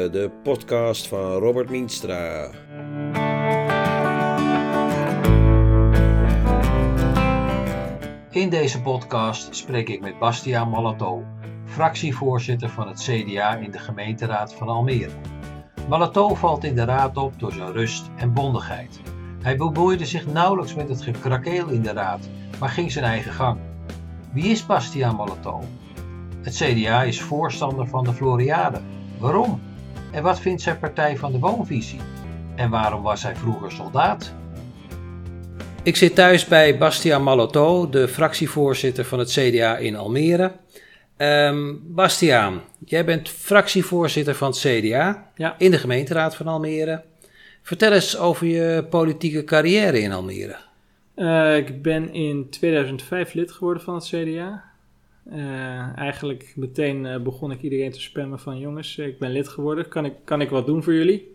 de podcast van Robert Mienstra. In deze podcast spreek ik met Bastiaan Malato, fractievoorzitter van het CDA in de gemeenteraad van Almere. Malato valt in de raad op door zijn rust en bondigheid. Hij bemoeide zich nauwelijks met het gekrakeel in de raad, maar ging zijn eigen gang. Wie is Bastiaan Malato? Het CDA is voorstander van de Floriade. Waarom? En wat vindt zijn partij van de woonvisie? En waarom was hij vroeger soldaat? Ik zit thuis bij Bastiaan Malato, de fractievoorzitter van het CDA in Almere. Bastiaan, jij bent fractievoorzitter van het CDA in de gemeenteraad van Almere. Vertel eens over je politieke carrière in Almere. Ik ben in 2005 lid geworden van het CDA. Eigenlijk meteen begon ik iedereen te spammen van jongens, ik ben lid geworden, kan ik wat doen voor jullie?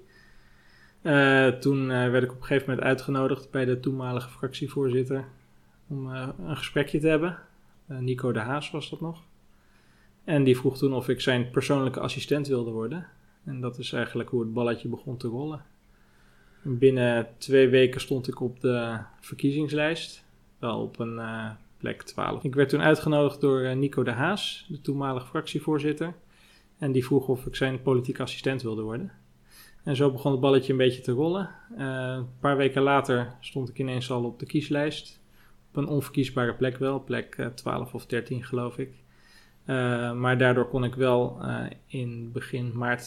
Toen werd ik op een gegeven moment uitgenodigd bij de toenmalige fractievoorzitter om een gesprekje te hebben. Nico de Haas was dat nog. En die vroeg toen of ik zijn persoonlijke assistent wilde worden. En dat is eigenlijk hoe het balletje begon te rollen. Binnen 2 weken stond ik op de verkiezingslijst, wel op een plek 12. Ik werd toen uitgenodigd door Nico de Haas, de toenmalige fractievoorzitter. En die vroeg of ik zijn politieke assistent wilde worden. En zo begon het balletje een beetje te rollen. Een paar weken later stond ik ineens al op de kieslijst. Op een onverkiesbare plek wel, plek 12 of 13 geloof ik. Maar daardoor kon ik wel in begin maart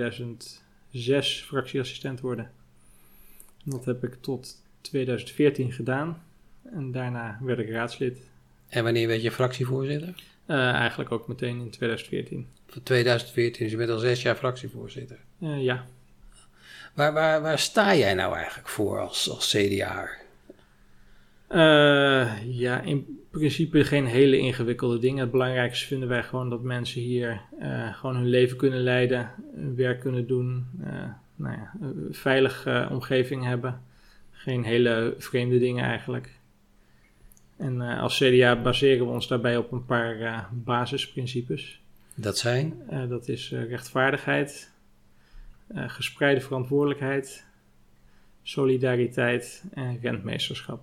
2006 fractieassistent worden. Dat heb ik tot 2014 gedaan. En daarna werd ik raadslid. En wanneer werd je fractievoorzitter? Eigenlijk ook meteen in 2014. Voor 2014, dus je bent al 6 jaar fractievoorzitter. Ja. Waar sta jij nou eigenlijk voor als CDA'er? Ja, in principe geen hele ingewikkelde dingen. Het belangrijkste vinden wij gewoon dat mensen hier gewoon hun leven kunnen leiden, hun werk kunnen doen, een veilige omgeving hebben. Geen hele vreemde dingen eigenlijk. En als CDA baseren we ons daarbij op een paar basisprincipes. Dat zijn? Dat is rechtvaardigheid, gespreide verantwoordelijkheid, solidariteit en rentmeesterschap.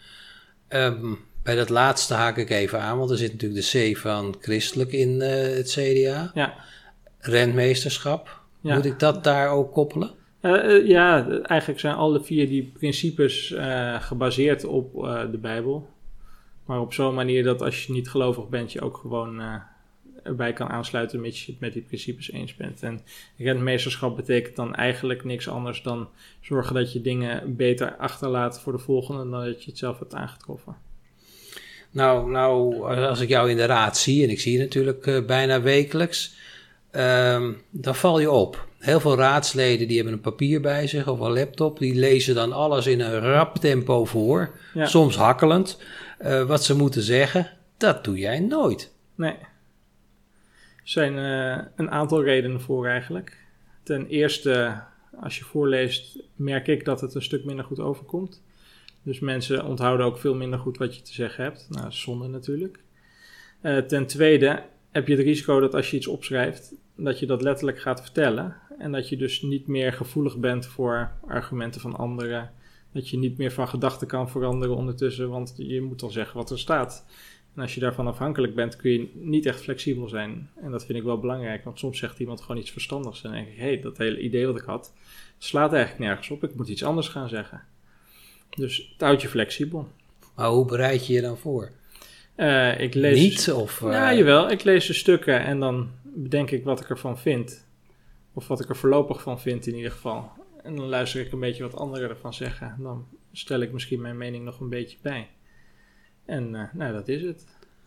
Bij dat laatste haak ik even aan, want er zit natuurlijk de C van christelijk in het CDA. Ja. Rentmeesterschap. Ja. Moet ik dat daar ook koppelen? Ja, eigenlijk zijn alle 4 die principes gebaseerd op de Bijbel. Maar op zo'n manier dat als je niet gelovig bent, je ook gewoon erbij kan aansluiten mits je het met die principes eens bent. En rentmeesterschap betekent dan eigenlijk niks anders dan zorgen dat je dingen beter achterlaat voor de volgende dan dat je het zelf hebt aangetroffen. Nou, als ik jou in de raad zie, en ik zie je natuurlijk bijna wekelijks, dan val je op. Heel veel raadsleden die hebben een papier bij zich of een laptop, die lezen dan alles in een rap tempo voor, soms hakkelend, wat ze moeten zeggen. Dat doe jij nooit. Nee. Er zijn een aantal redenen voor eigenlijk. Ten eerste, als je voorleest, merk ik dat het een stuk minder goed overkomt. Dus mensen onthouden ook veel minder goed wat je te zeggen hebt. Nou, dat is zonde natuurlijk. Ten tweede heb je het risico dat als je iets opschrijft, dat je dat letterlijk gaat vertellen. En dat je dus niet meer gevoelig bent voor argumenten van anderen. Dat je niet meer van gedachten kan veranderen ondertussen, want je moet al zeggen wat er staat. En als je daarvan afhankelijk bent, kun je niet echt flexibel zijn. En dat vind ik wel belangrijk, want soms zegt iemand gewoon iets verstandigs. En dan denk ik, dat hele idee wat ik had, slaat eigenlijk nergens op. Ik moet iets anders gaan zeggen. Dus het houdt je flexibel. Maar hoe bereid je je dan voor? Ik lees... Niet? Of, Ja, jawel. Ik lees de stukken en dan bedenk ik wat ik ervan vind. Of wat ik er voorlopig van vind in ieder geval. En dan luister ik een beetje wat anderen ervan zeggen. Dan stel ik misschien mijn mening nog een beetje bij. En dat is het.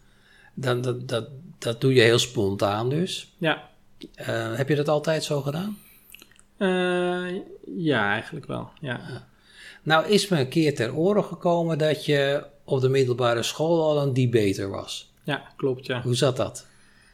Dat doe je heel spontaan dus? Ja. Heb je dat altijd zo gedaan? Ja, eigenlijk wel. Ja. Nou is me een keer ter oren gekomen dat je op de middelbare school al een debater was. Ja, klopt, ja. Hoe zat dat?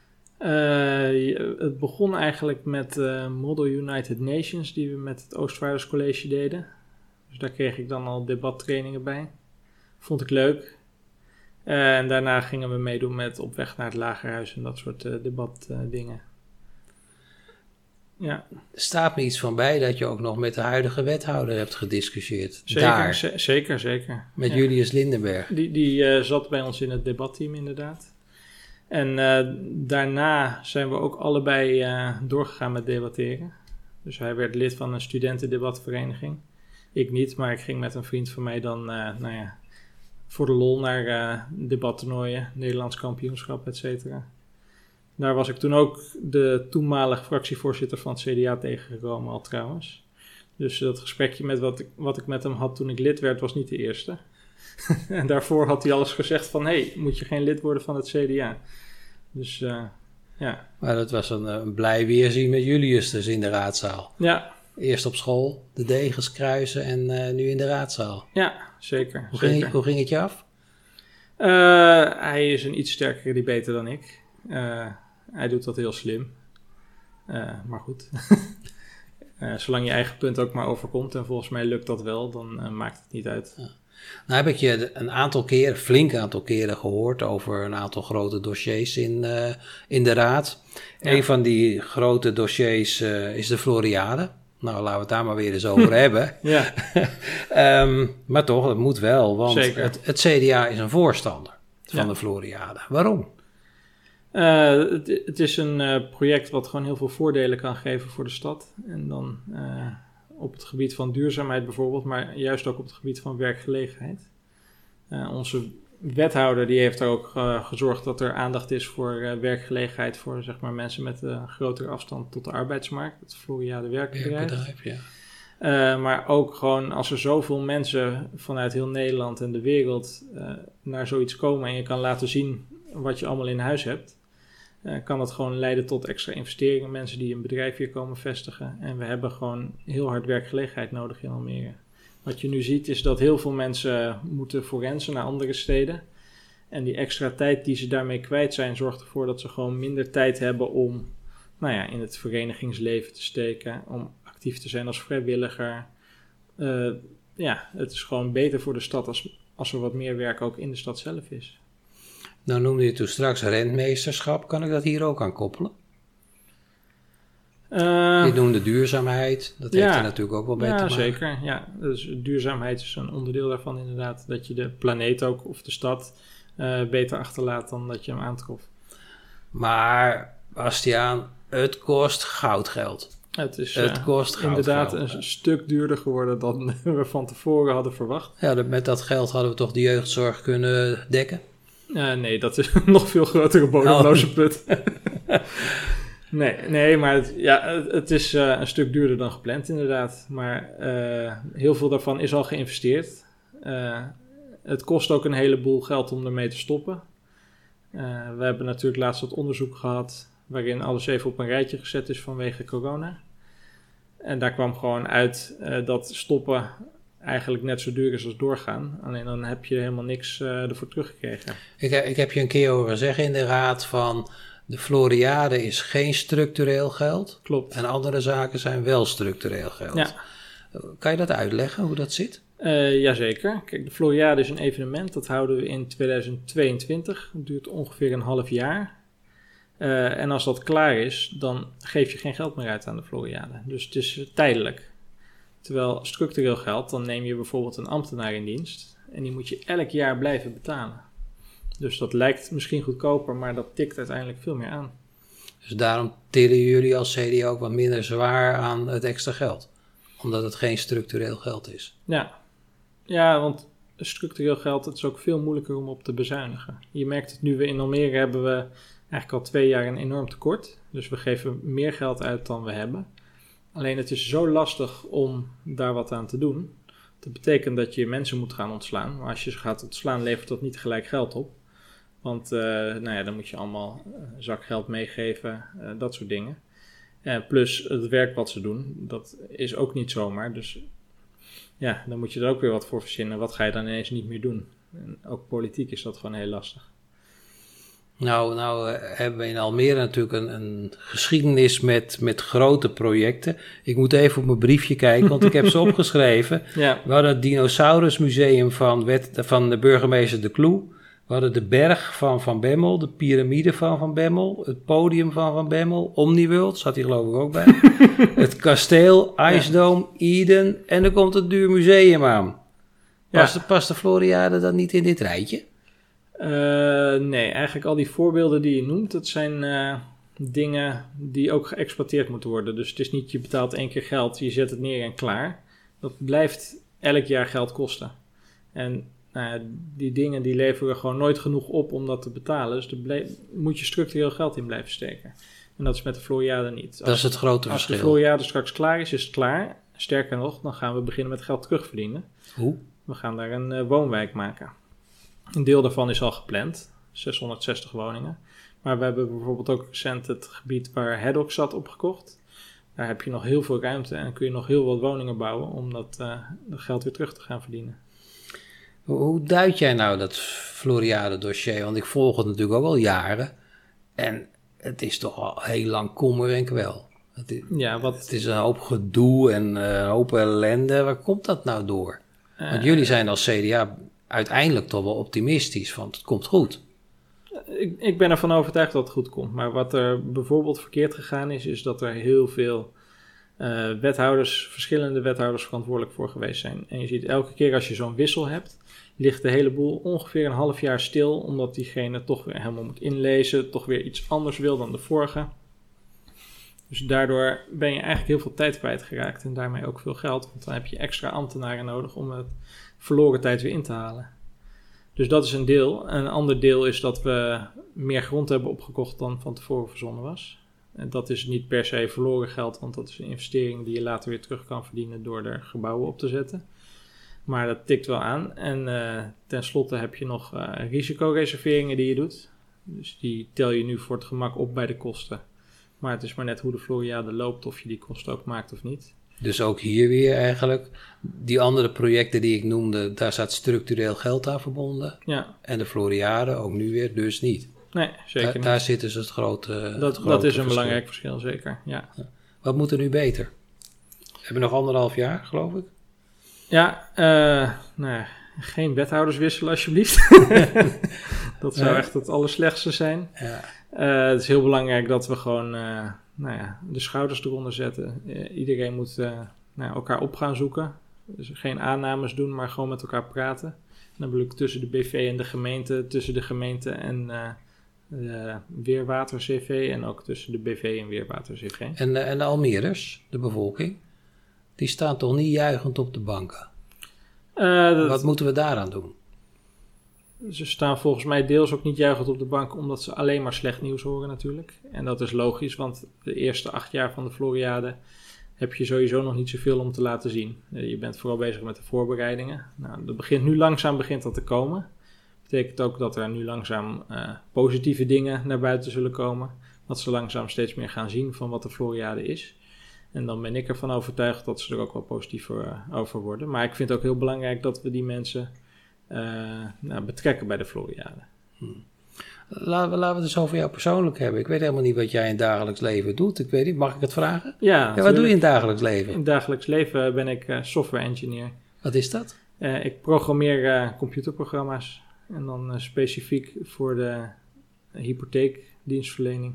Het begon eigenlijk met Model United Nations die we met het Oostvaarders College deden. Dus daar kreeg ik dan al debattrainingen bij. Vond ik leuk. En daarna gingen we meedoen met Op weg naar het Lagerhuis en dat soort debatdingen. Ja. Er staat me iets van bij dat je ook nog met de huidige wethouder hebt gediscussieerd. Zeker. Met Julius Lindenberg. Die zat bij ons in het debatteam inderdaad. En daarna zijn we ook allebei doorgegaan met debatteren. Dus hij werd lid van een studentendebatvereniging. Ik niet, maar ik ging met een vriend van mij dan voor de lol naar debattoernooien, Nederlands kampioenschap, et cetera. Daar was ik toen ook de toenmalige fractievoorzitter van het CDA tegengekomen al trouwens. Dus dat gesprekje met wat ik met hem had toen ik lid werd was niet de eerste. En daarvoor had hij alles gezegd van, moet je geen lid worden van het CDA. Dus ja. Maar dat was een blij weerzien met Julius dus in de raadzaal. Ja. Eerst op school, de degens kruisen en nu in de raadzaal. Ja, zeker. Hoe ging het je af? Hij is een iets sterkere debater dan ik. Hij doet dat heel slim. Maar goed. Zolang je eigen punt ook maar overkomt, en volgens mij lukt dat wel, dan maakt het niet uit. Ja. Nou heb ik je een flink aantal keren gehoord over een aantal grote dossiers in de raad. Ja. Een van die grote dossiers is de Floriade. Nou, laten we het daar maar weer eens over hebben. Ja. Maar toch, het moet wel, want het CDA is een voorstander van de Floriade. Waarom? Het is een project wat gewoon heel veel voordelen kan geven voor de stad. En dan op het gebied van duurzaamheid bijvoorbeeld, maar juist ook op het gebied van werkgelegenheid. Onze wethouder die heeft er ook gezorgd dat er aandacht is voor werkgelegenheid voor zeg maar, mensen met een grotere afstand tot de arbeidsmarkt. Het Floriade werkbedrijf. Ja. Maar ook gewoon als er zoveel mensen vanuit heel Nederland en de wereld naar zoiets komen en je kan laten zien wat je allemaal in huis hebt, kan dat gewoon leiden tot extra investeringen. Mensen die een bedrijf hier komen vestigen. En we hebben gewoon heel hard werkgelegenheid nodig in Almere. Wat je nu ziet is dat heel veel mensen moeten forensen naar andere steden. En die extra tijd die ze daarmee kwijt zijn, zorgt ervoor dat ze gewoon minder tijd hebben om in het verenigingsleven te steken. Om actief te zijn als vrijwilliger. Het is gewoon beter voor de stad als er wat meer werk ook in de stad zelf is. Nou noemde je toen straks rentmeesterschap. Kan ik dat hier ook aan koppelen? Je noemde duurzaamheid. Dat heeft er natuurlijk ook wel mee te maken. Zeker. Ja, dus duurzaamheid is een onderdeel daarvan inderdaad. Dat je de planeet ook of de stad beter achterlaat dan dat je hem aantrof. Maar Bastiaan, het kost goudgeld. Het kost inderdaad een stuk duurder geworden dan we van tevoren hadden verwacht. Ja, met dat geld hadden we toch de jeugdzorg kunnen dekken? Nee, dat is een nog veel grotere bodemloze put. Nee, maar het is een stuk duurder dan gepland inderdaad. Maar heel veel daarvan is al geïnvesteerd. Het kost ook een heleboel geld om ermee te stoppen. We hebben natuurlijk laatst wat onderzoek gehad waarin alles even op een rijtje gezet is vanwege corona. En daar kwam gewoon uit dat stoppen eigenlijk net zo duur is als doorgaan. Alleen dan heb je helemaal niks ervoor teruggekregen. Ik heb je een keer horen zeggen in de raad van de Floriade is geen structureel geld. Klopt. En andere zaken zijn wel structureel geld. Ja. Kan je dat uitleggen, hoe dat zit? Jazeker. Kijk, de Floriade is een evenement. Dat houden we in 2022. Dat duurt ongeveer een half jaar. En als dat klaar is, dan geef je geen geld meer uit aan de Floriade. Dus het is tijdelijk. Terwijl structureel geld, dan neem je bijvoorbeeld een ambtenaar in dienst. En die moet je elk jaar blijven betalen. Dus dat lijkt misschien goedkoper, maar dat tikt uiteindelijk veel meer aan. Dus daarom tillen jullie als CDA ook wat minder zwaar aan het extra geld? Omdat het geen structureel geld is? Ja, want structureel geld, het is ook veel moeilijker om op te bezuinigen. Je merkt het nu in Almere hebben we eigenlijk al 2 jaar een enorm tekort. Dus we geven meer geld uit dan we hebben. Alleen het is zo lastig om daar wat aan te doen. Dat betekent dat je mensen moet gaan ontslaan. Maar als je ze gaat ontslaan, levert dat niet gelijk geld op. Want dan moet je allemaal een zak geld meegeven, dat soort dingen. Plus het werk wat ze doen, dat is ook niet zomaar. Dus ja, dan moet je er ook weer wat voor verzinnen. Wat ga je dan ineens niet meer doen? En ook politiek is dat gewoon heel lastig. Nou hebben we in Almere natuurlijk een geschiedenis met grote projecten. Ik moet even op mijn briefje kijken, want ik heb ze opgeschreven. Ja. We hadden het dinosaurusmuseum van de burgemeester De Kloe. We hadden de berg van Van Bemmel, de piramide van Van Bemmel, het podium van Van Bemmel, Omniworld, zat hier geloof ik ook bij. Het kasteel, Ice Dome, Eden en er komt het duur museum aan. Past de Floriade dan niet in dit rijtje? Nee, eigenlijk al die voorbeelden die je noemt, dat zijn dingen die ook geëxploiteerd moeten worden. Dus het is niet je betaalt 1 keer geld, je zet het neer en klaar. Dat blijft elk jaar geld kosten. En die dingen die leveren gewoon nooit genoeg op om dat te betalen. Dus daar moet je structureel geld in blijven steken. En dat is met de Floriade niet. Dat is het grote verschil. Als de Floriade straks klaar is het klaar. Sterker nog, dan gaan we beginnen met geld terugverdienen. Hoe? We gaan daar een woonwijk maken. Een deel daarvan is al gepland. 660 woningen. Maar we hebben bijvoorbeeld ook recent het gebied waar Haddock zat opgekocht. Daar heb je nog heel veel ruimte en kun je nog heel wat woningen bouwen om dat geld weer terug te gaan verdienen. Hoe duid jij nou dat Floriade-dossier? Want ik volg het natuurlijk ook al jaren. En het is toch al heel lang kommer en kwel. Het is een hoop gedoe en een hoop ellende. Waar komt dat nou door? Want jullie zijn als CDA uiteindelijk toch wel optimistisch, want het komt goed. Ik ben ervan overtuigd dat het goed komt. Maar wat er bijvoorbeeld verkeerd gegaan is dat er heel veel verschillende wethouders verantwoordelijk voor geweest zijn. En je ziet elke keer als je zo'n wissel hebt, ligt de hele boel ongeveer een half jaar stil, omdat diegene toch weer helemaal moet inlezen, toch weer iets anders wil dan de vorige. Dus daardoor ben je eigenlijk heel veel tijd kwijtgeraakt en daarmee ook veel geld, want dan heb je extra ambtenaren nodig om het verloren tijd weer in te halen. Dus dat is een deel. Een ander deel is dat we meer grond hebben opgekocht dan van tevoren verzonnen was. En dat is niet per se verloren geld, want dat is een investering die je later weer terug kan verdienen door er gebouwen op te zetten. Maar dat tikt wel aan. En tenslotte heb je nog risicoreserveringen die je doet. Dus die tel je nu voor het gemak op bij de kosten. Maar het is maar net hoe de Floriade loopt of je die kosten ook maakt of niet. Dus ook hier weer eigenlijk. Die andere projecten die ik noemde, daar staat structureel geld aan verbonden. Ja. En de Floriade ook nu weer dus niet. Nee, zeker niet. Daar zit dus het grote dat is een belangrijk verschil, zeker. Ja. Wat moet er nu beter? We hebben nog 1,5 jaar, geloof ik. Ja, geen wethouders wisselen alsjeblieft. Dat zou echt het allerslechtste zijn. Ja. Het is heel belangrijk dat we gewoon de schouders eronder zetten. Iedereen moet elkaar op gaan zoeken. Dus geen aannames doen, maar gewoon met elkaar praten. En dan bedoel ik tussen de BV en de gemeente, tussen de gemeente en de Weerwater CV en ook tussen de BV en Weerwater CV. En de Almeerders, de bevolking, die staan toch niet juichend op de banken? Wat moeten we daaraan doen? Ze staan volgens mij deels ook niet juichend op de bank, omdat ze alleen maar slecht nieuws horen natuurlijk. En dat is logisch, want de eerste 8 jaar van de Floriade heb je sowieso nog niet zoveel om te laten zien. Je bent vooral bezig met de voorbereidingen. Nou, dat begint nu langzaam te komen. Dat betekent ook dat er nu langzaam positieve dingen naar buiten zullen komen. Dat ze langzaam steeds meer gaan zien van wat de Floriade is. En dan ben ik ervan overtuigd dat ze er ook wel positief over worden. Maar ik vind het ook heel belangrijk dat we die mensen betrekken bij de Floriade. Laten we het eens over jou persoonlijk hebben. Ik weet helemaal niet wat jij in het dagelijks leven doet. Ik weet niet, mag ik het vragen? Ja, wat doe je in het dagelijks leven? In het dagelijks leven ben ik software engineer. Wat is dat? Ik programmeer computerprogramma's. En dan specifiek voor de hypotheekdienstverlening.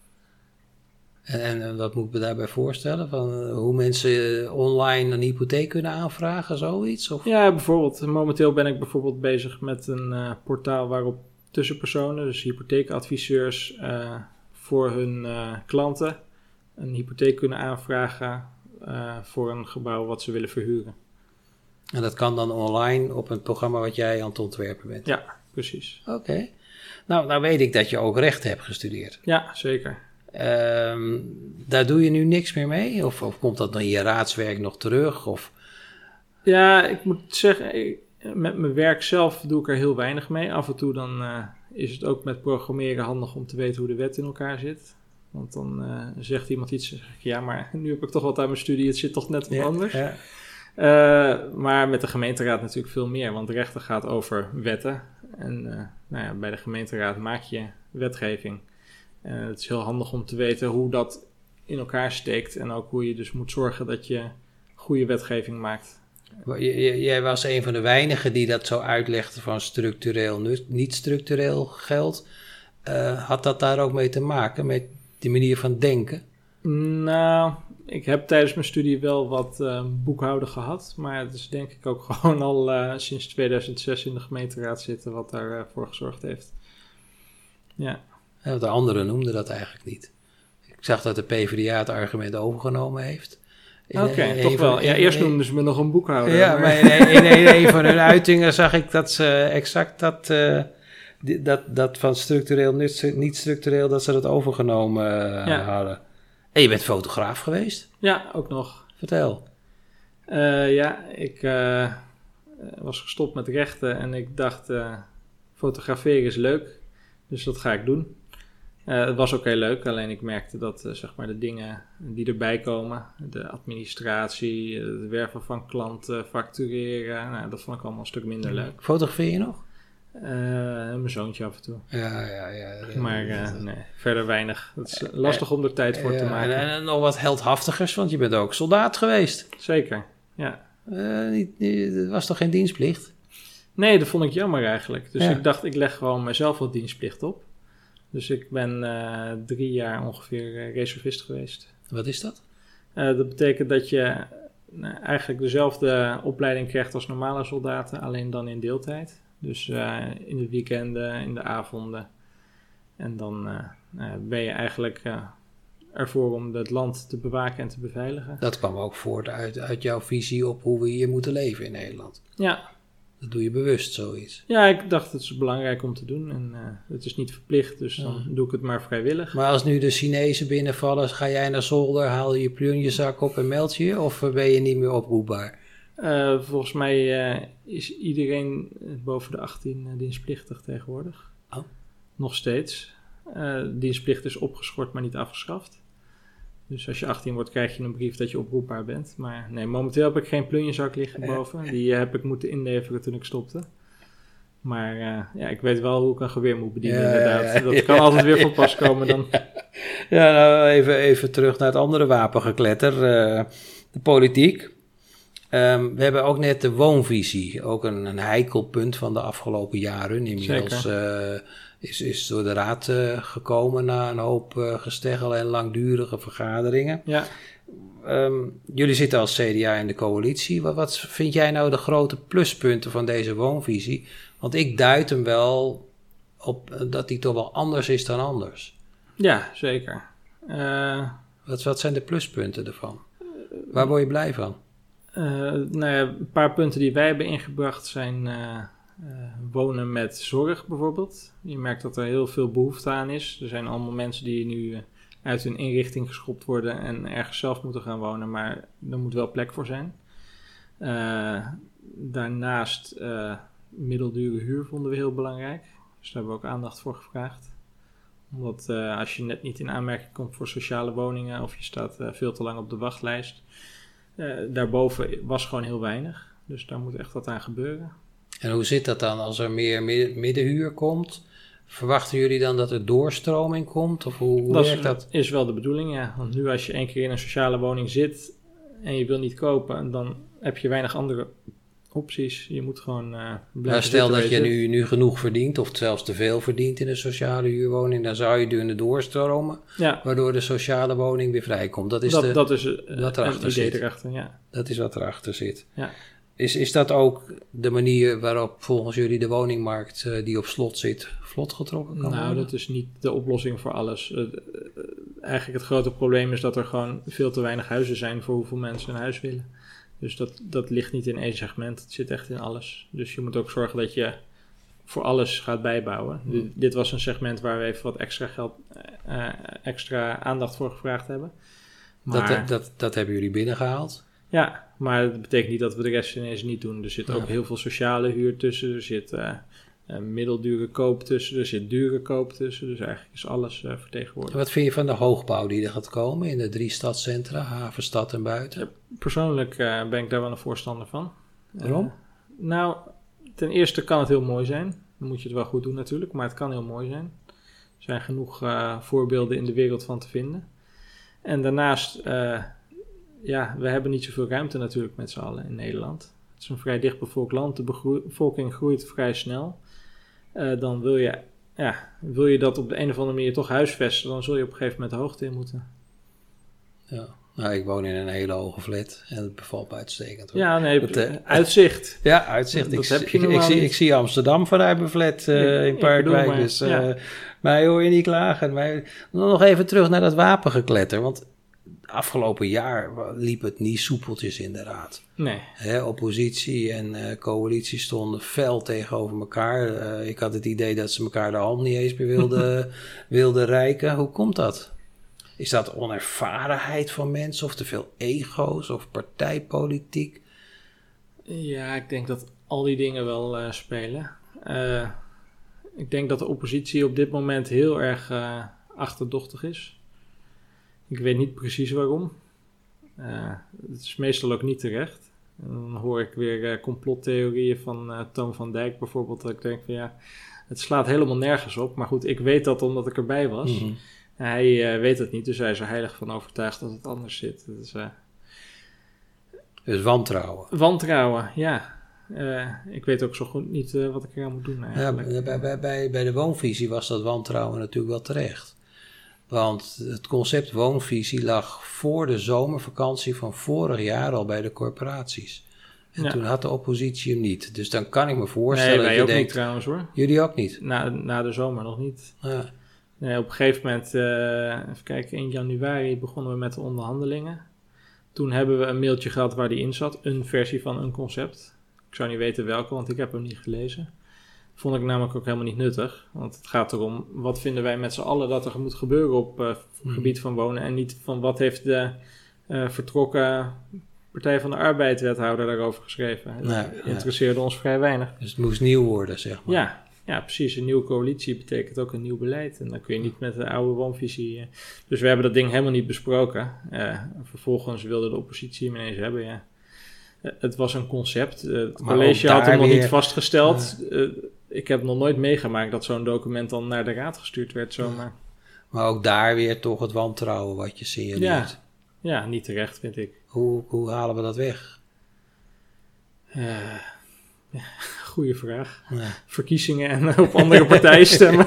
En wat moet ik me daarbij voorstellen? Van hoe mensen online een hypotheek kunnen aanvragen, zoiets? Of? Ja, bijvoorbeeld. Momenteel ben ik bijvoorbeeld bezig met een portaal waarop tussenpersonen, dus hypotheekadviseurs, voor hun klanten een hypotheek kunnen aanvragen voor een gebouw wat ze willen verhuren. En dat kan dan online op een programma wat jij aan het ontwerpen bent? Ja, precies. Oké. Nou weet ik dat je ook rechten hebt gestudeerd. Ja, zeker. Daar doe je nu niks meer mee? Of komt dat dan in je raadswerk nog terug? Of? Ja, ik moet zeggen, met mijn werk zelf doe ik er heel weinig mee. Af en toe dan is het ook met programmeren handig om te weten hoe de wet in elkaar zit. Want dan zegt iemand iets, zeg ik, ja, maar nu heb ik toch wat aan mijn studie, het zit toch net wat anders. Ja. Maar met de gemeenteraad natuurlijk veel meer, want rechten gaat over wetten. En bij de gemeenteraad maak je wetgeving. Het is heel handig om te weten hoe dat in elkaar steekt en ook hoe je dus moet zorgen dat je goede wetgeving maakt. Jij was een van de weinigen die dat zo uitlegde van structureel, niet structureel geld. Had dat daar ook mee te maken, met die manier van denken? Nou, ik heb tijdens mijn studie wel wat boekhouden gehad. Maar het is denk ik ook gewoon al sinds 2006 in de gemeenteraad zitten wat daarvoor gezorgd heeft. Ja. Ja, de anderen noemden dat eigenlijk niet. Ik zag dat de PvdA het argument overgenomen heeft. Oké, toch wel. Ja, eerst noemden ze me nog een boekhouder. Ja, maar in een van hun uitingen zag ik dat ze exact dat van structureel, niet structureel, dat ze dat overgenomen hadden. En je bent fotograaf geweest? Ja, ook nog. Vertel. Ik was gestopt met rechten en ik dacht, fotograferen is leuk, dus dat ga ik doen. Het was ook heel leuk, alleen ik merkte dat zeg maar de dingen die erbij komen, de administratie, het werven van klanten, factureren, dat vond ik allemaal een stuk minder leuk. Fotografeer je nog? Mijn zoontje af en toe. Ja. Maar nee, verder weinig. Het is lastig om er tijd voor te maken. En nog wat heldhaftigers, want je bent ook soldaat geweest. Zeker, ja. Het was toch geen dienstplicht? Nee, dat vond ik jammer eigenlijk. Dus ik dacht, ik leg gewoon mezelf wat dienstplicht op. Dus ik ben 3 jaar ongeveer reservist geweest. Wat is dat? Dat betekent dat je eigenlijk dezelfde opleiding krijgt als normale soldaten, alleen dan in deeltijd. Dus in de weekenden, in de avonden. En dan ben je eigenlijk ervoor om het land te bewaken en te beveiligen. Dat kwam ook voort uit jouw visie op hoe we hier moeten leven in Nederland. Ja. Dat doe je bewust, zoiets. Ja, ik dacht het is belangrijk om te doen. En het is niet verplicht, dus dan doe ik het maar vrijwillig. Maar als nu de Chinezen binnenvallen, ga jij naar zolder, haal je plunjezak op en meld je? Of ben je niet meer oproepbaar? Volgens mij is iedereen boven de 18 dienstplichtig tegenwoordig. Oh. Nog steeds. Dienstplicht is opgeschort, maar niet afgeschaft. Dus als je 18 wordt, krijg je een brief dat je oproepbaar bent. Maar nee, momenteel heb ik geen plunjezak liggen boven. Die heb ik moeten inleveren toen ik stopte. Maar ik weet wel hoe ik een geweer moet bedienen, inderdaad. Ja. Dat kan altijd weer van pas komen dan. Ja, nou even terug naar het andere wapengekletter. De politiek. We hebben ook net de woonvisie. Ook een heikel punt van de afgelopen jaren. Inmiddels is door de raad gekomen na een hoop gesteggel en langdurige vergaderingen. Ja. Jullie zitten als CDA in de coalitie. Wat vind jij nou de grote pluspunten van deze woonvisie? Want ik duid hem wel op dat die toch wel anders is dan anders. Ja, zeker. Wat zijn de pluspunten ervan? Waar word je blij van? Een paar punten die wij hebben ingebracht zijn wonen met zorg bijvoorbeeld. Je merkt dat er heel veel behoefte aan is. Er zijn allemaal mensen die nu uit hun inrichting geschopt worden en ergens zelf moeten gaan wonen, maar er moet wel plek voor zijn. Daarnaast middeldure huur vonden we heel belangrijk. Dus daar hebben we ook aandacht voor gevraagd. Omdat als je net niet in aanmerking komt voor sociale woningen of je staat veel te lang op de wachtlijst, daarboven was gewoon heel weinig. Dus daar moet echt wat aan gebeuren. En hoe zit dat dan als er meer middenhuur komt? Verwachten jullie dan dat er doorstroming komt? Of hoe werkt dat? Is wel de bedoeling, ja. Want nu als je 1 keer in een sociale woning zit en je wil niet kopen, dan heb je weinig andere opties. Je moet gewoon blijven stel dat je nu genoeg verdient of zelfs te veel verdient in een sociale huurwoning, dan zou je kunnen doorstromen, waardoor de sociale woning weer vrijkomt. Dat is wat erachter zit. Ja. Dat is wat erachter zit. Ja. Is dat ook de manier waarop volgens jullie de woningmarkt die op slot zit, vlot getrokken kan worden? Dat is niet de oplossing voor alles. Eigenlijk het grote probleem is dat er gewoon veel te weinig huizen zijn voor hoeveel mensen een huis willen. Dus dat ligt niet in één segment, het zit echt in alles. Dus je moet ook zorgen dat je voor alles gaat bijbouwen. Dit was een segment waar we even wat extra geld, extra aandacht voor gevraagd hebben. Maar, dat hebben jullie binnengehaald? Ja, maar dat betekent niet dat we de rest ineens niet doen. Er zit ook heel veel sociale huur tussen, er zit middeldure koop tussen, er zit dure koop tussen. Dus eigenlijk is alles vertegenwoordigd. Wat vind je van de hoogbouw die er gaat komen in de 3 stadscentra, Havenstad en buiten? Persoorlijk ben ik daar wel een voorstander van. Waarom? Ten eerste kan het heel mooi zijn. Dan moet je het wel goed doen natuurlijk, maar het kan heel mooi zijn. Er zijn genoeg voorbeelden in de wereld van te vinden. En daarnaast, we hebben niet zoveel ruimte natuurlijk met z'n allen in Nederland. Het is een vrij dichtbevolkt land, de bevolking groeit vrij snel. Dan wil je dat op de een of andere manier toch huisvesten, dan zul je op een gegeven moment de hoogte in moeten. Ja. Nou, ik woon in een hele hoge flat en het bevalt me uitstekend. Hoor. Ja, nee, uitzicht. Ja, uitzicht. Dat heb je normaal niet. Ik zie Amsterdam vanuit mijn flat in Parkwijk. Maar, dus, ja. maar hoor je niet klagen. Maar nog even terug naar dat wapengekletter. Want afgelopen jaar liep het niet soepeltjes in de raad. Nee. Oppositie en coalitie stonden fel tegenover elkaar. Ik had het idee dat ze elkaar de hand niet eens meer wilden reiken. Hoe komt dat? Is dat onervarenheid van mensen of te veel ego's of partijpolitiek? Ja, ik denk dat al die dingen wel spelen. Ik denk dat de oppositie op dit moment heel erg achterdochtig is. Ik weet niet precies waarom. Het is meestal ook niet terecht. En dan hoor ik weer complottheorieën van Toon van Dijk bijvoorbeeld. Dat ik denk van ja, het slaat helemaal nergens op. Maar goed, ik weet dat omdat ik erbij was. Mm-hmm. Hij weet het niet, dus hij is er heilig van overtuigd dat het anders zit. Dus wantrouwen. Wantrouwen, ja. Ik weet ook zo goed niet wat ik eraan moet doen eigenlijk. Ja, bij de woonvisie was dat wantrouwen natuurlijk wel terecht. Want het concept woonvisie lag voor de zomervakantie van vorig jaar al bij de corporaties. En toen had de oppositie hem niet. Dus dan kan ik me voorstellen wij dat je ook denkt... niet trouwens hoor. Jullie ook niet? Na de zomer nog niet. Ja. Nee, op een gegeven moment, even kijken, in januari begonnen we met de onderhandelingen. Toen hebben we een mailtje gehad waar die in zat, een versie van een concept. Ik zou niet weten welke, want ik heb hem niet gelezen. Vond ik namelijk ook helemaal niet nuttig. Want het gaat erom, wat vinden wij met z'n allen dat er moet gebeuren op het gebied van wonen. En niet van wat heeft de vertrokken Partij van de Arbeid wethouder daarover geschreven. Dat interesseerde ons vrij weinig. Dus het moest nieuw worden, zeg maar. Ja, precies. Een nieuwe coalitie betekent ook een nieuw beleid. En dan kun je niet met de oude woonvisie... Dus we hebben dat ding helemaal niet besproken. Vervolgens wilde de oppositie hem ineens hebben, ja. Het was een concept. Het college had hem nog niet vastgesteld. Ik heb nog nooit meegemaakt dat zo'n document dan naar de raad gestuurd werd zomaar. Maar ook daar weer toch het wantrouwen wat je signaleert. Ja, niet terecht vind ik. Hoe halen we dat weg? Goeie vraag. Ja. Verkiezingen en op andere partijen stemmen.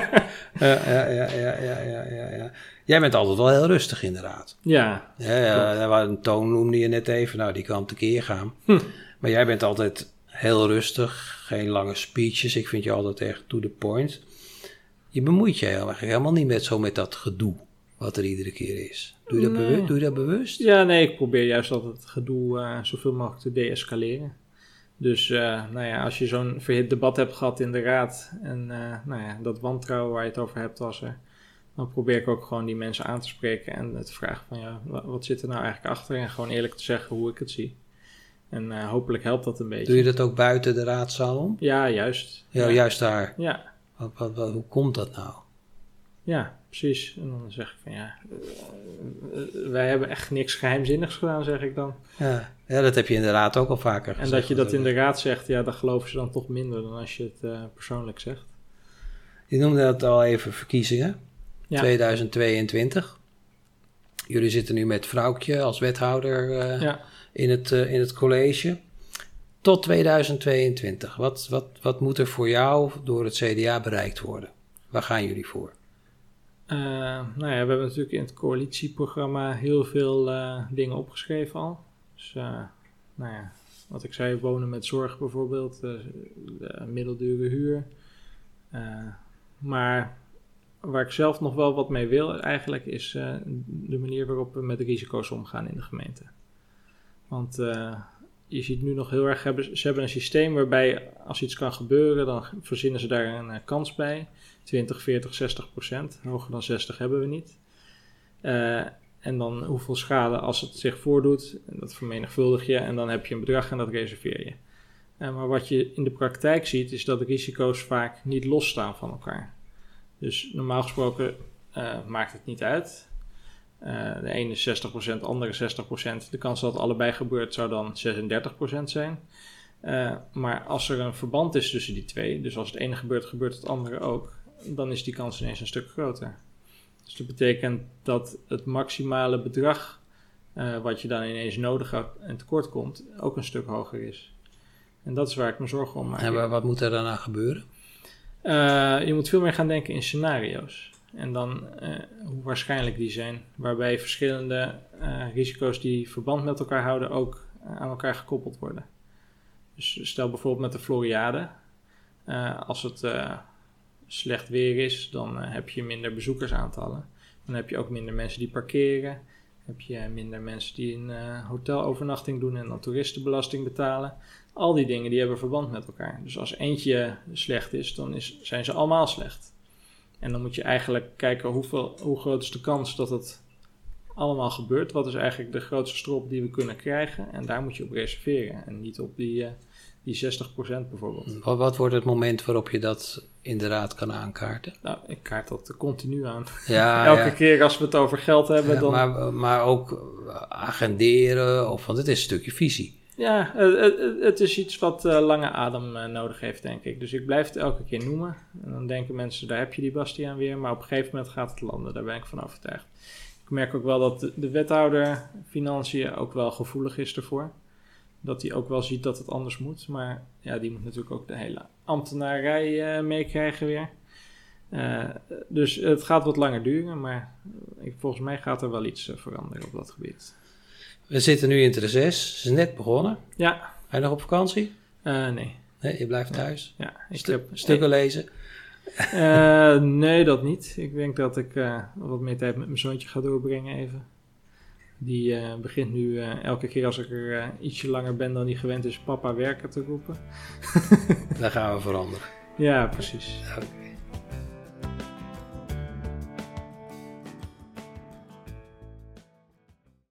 Ja. Jij bent altijd wel heel rustig in de raad. Ja. Een Toon noemde je net even. Nou, die kan tekeer gaan. Maar jij bent altijd heel rustig. Geen lange speeches. Ik vind je altijd echt to the point. Je bemoeit je eigenlijk helemaal niet met dat gedoe wat er iedere keer is. Doe je dat bewust? Ja, nee, ik probeer juist altijd het gedoe zoveel mogelijk te deescaleren. Dus als je zo'n verhit debat hebt gehad in de raad en dat wantrouwen waar je het over hebt was er, dan probeer ik ook gewoon die mensen aan te spreken en te vragen van wat zit er nou eigenlijk achter en gewoon eerlijk te zeggen hoe ik het zie. En hopelijk helpt dat een beetje. Doe je dat ook buiten de raadzaal om? Ja, juist. Ja, juist daar? Ja. Hoe komt dat nou? Ja, precies. En dan zeg ik van wij hebben echt niks geheimzinnigs gedaan, zeg ik dan. Ja, dat heb je in de raad ook al vaker gezegd. En dat je dat in de raad zegt, dan geloven ze dan toch minder dan als je het persoonlijk zegt. Je noemde dat al even verkiezingen, 2022. Jullie zitten nu met Vrouwtje als wethouder in het college. Tot 2022, wat moet er voor jou door het CDA bereikt worden? Waar gaan jullie voor? We hebben natuurlijk in het coalitieprogramma heel veel dingen opgeschreven al. Dus, wat ik zei, wonen met zorg bijvoorbeeld, de middeldure huur. Maar waar ik zelf nog wel wat mee wil eigenlijk is de manier waarop we met risico's omgaan in de gemeente. Want je ziet nu nog heel erg, ze hebben een systeem waarbij als iets kan gebeuren, dan verzinnen ze daar een kans bij. 20, 40, 60%. Hoger dan 60 hebben we niet. En dan hoeveel schade als het zich voordoet. Dat vermenigvuldig je en dan heb je een bedrag en dat reserveer je. Maar wat je in de praktijk ziet is dat de risico's vaak niet losstaan van elkaar. Dus normaal gesproken maakt het niet uit. De ene is 60%, de andere 60%. De kans dat het allebei gebeurt zou dan 36% zijn. Maar als er een verband is tussen die twee, dus als het ene gebeurt, gebeurt het andere ook, dan is die kans ineens een stuk groter. Dus dat betekent dat het maximale bedrag wat je dan ineens nodig hebt en tekort komt, ook een stuk hoger is. En dat is waar ik me zorgen om maak. En wat moet er daarna gebeuren? Je moet veel meer gaan denken in scenario's. En dan hoe waarschijnlijk die zijn. Waarbij verschillende risico's die verband met elkaar houden ook aan elkaar gekoppeld worden. Dus stel bijvoorbeeld met de Floriade. Als het slecht weer is, dan heb je minder bezoekersaantallen. Dan heb je ook minder mensen die parkeren. Heb je minder mensen die een hotelovernachting doen en dan toeristenbelasting betalen. Al die dingen die hebben verband met elkaar. Dus als eentje slecht is, dan zijn ze allemaal slecht. En dan moet je eigenlijk kijken hoe groot is de kans dat het allemaal gebeurt. Wat is eigenlijk de grootste strop die we kunnen krijgen. En daar moet je op reserveren. En niet op die 60% bijvoorbeeld. Wat wordt het moment waarop je dat inderdaad kan aankaarten? Nou, ik kaart dat continu aan. Ja, Elke keer als we het over geld hebben, dan... Maar ook agenderen, want het is een stukje visie. Ja, het is iets wat lange adem nodig heeft, denk ik. Dus ik blijf het elke keer noemen. En dan denken mensen, daar heb je die Bastiaan weer. Maar op een gegeven moment gaat het landen, daar ben ik van overtuigd. Ik merk ook wel dat de wethouder financiën ook wel gevoelig is ervoor. Dat hij ook wel ziet dat het anders moet. Maar ja, die moet natuurlijk ook de hele ambtenarij meekrijgen weer. Dus het gaat wat langer duren, maar volgens mij gaat er wel iets veranderen op dat gebied. We zitten nu in het reces. Het is net begonnen. Ja. Ga je nog op vakantie? Nee. Nee, je blijft thuis? Ja. Stukken lezen? Nee, dat niet. Ik denk dat ik wat meer tijd met mijn zoontje ga doorbrengen even. Die begint nu elke keer als ik er ietsje langer ben dan hij gewend is, papa werken te roepen. Daar gaan we veranderen. Ja, precies. Okay.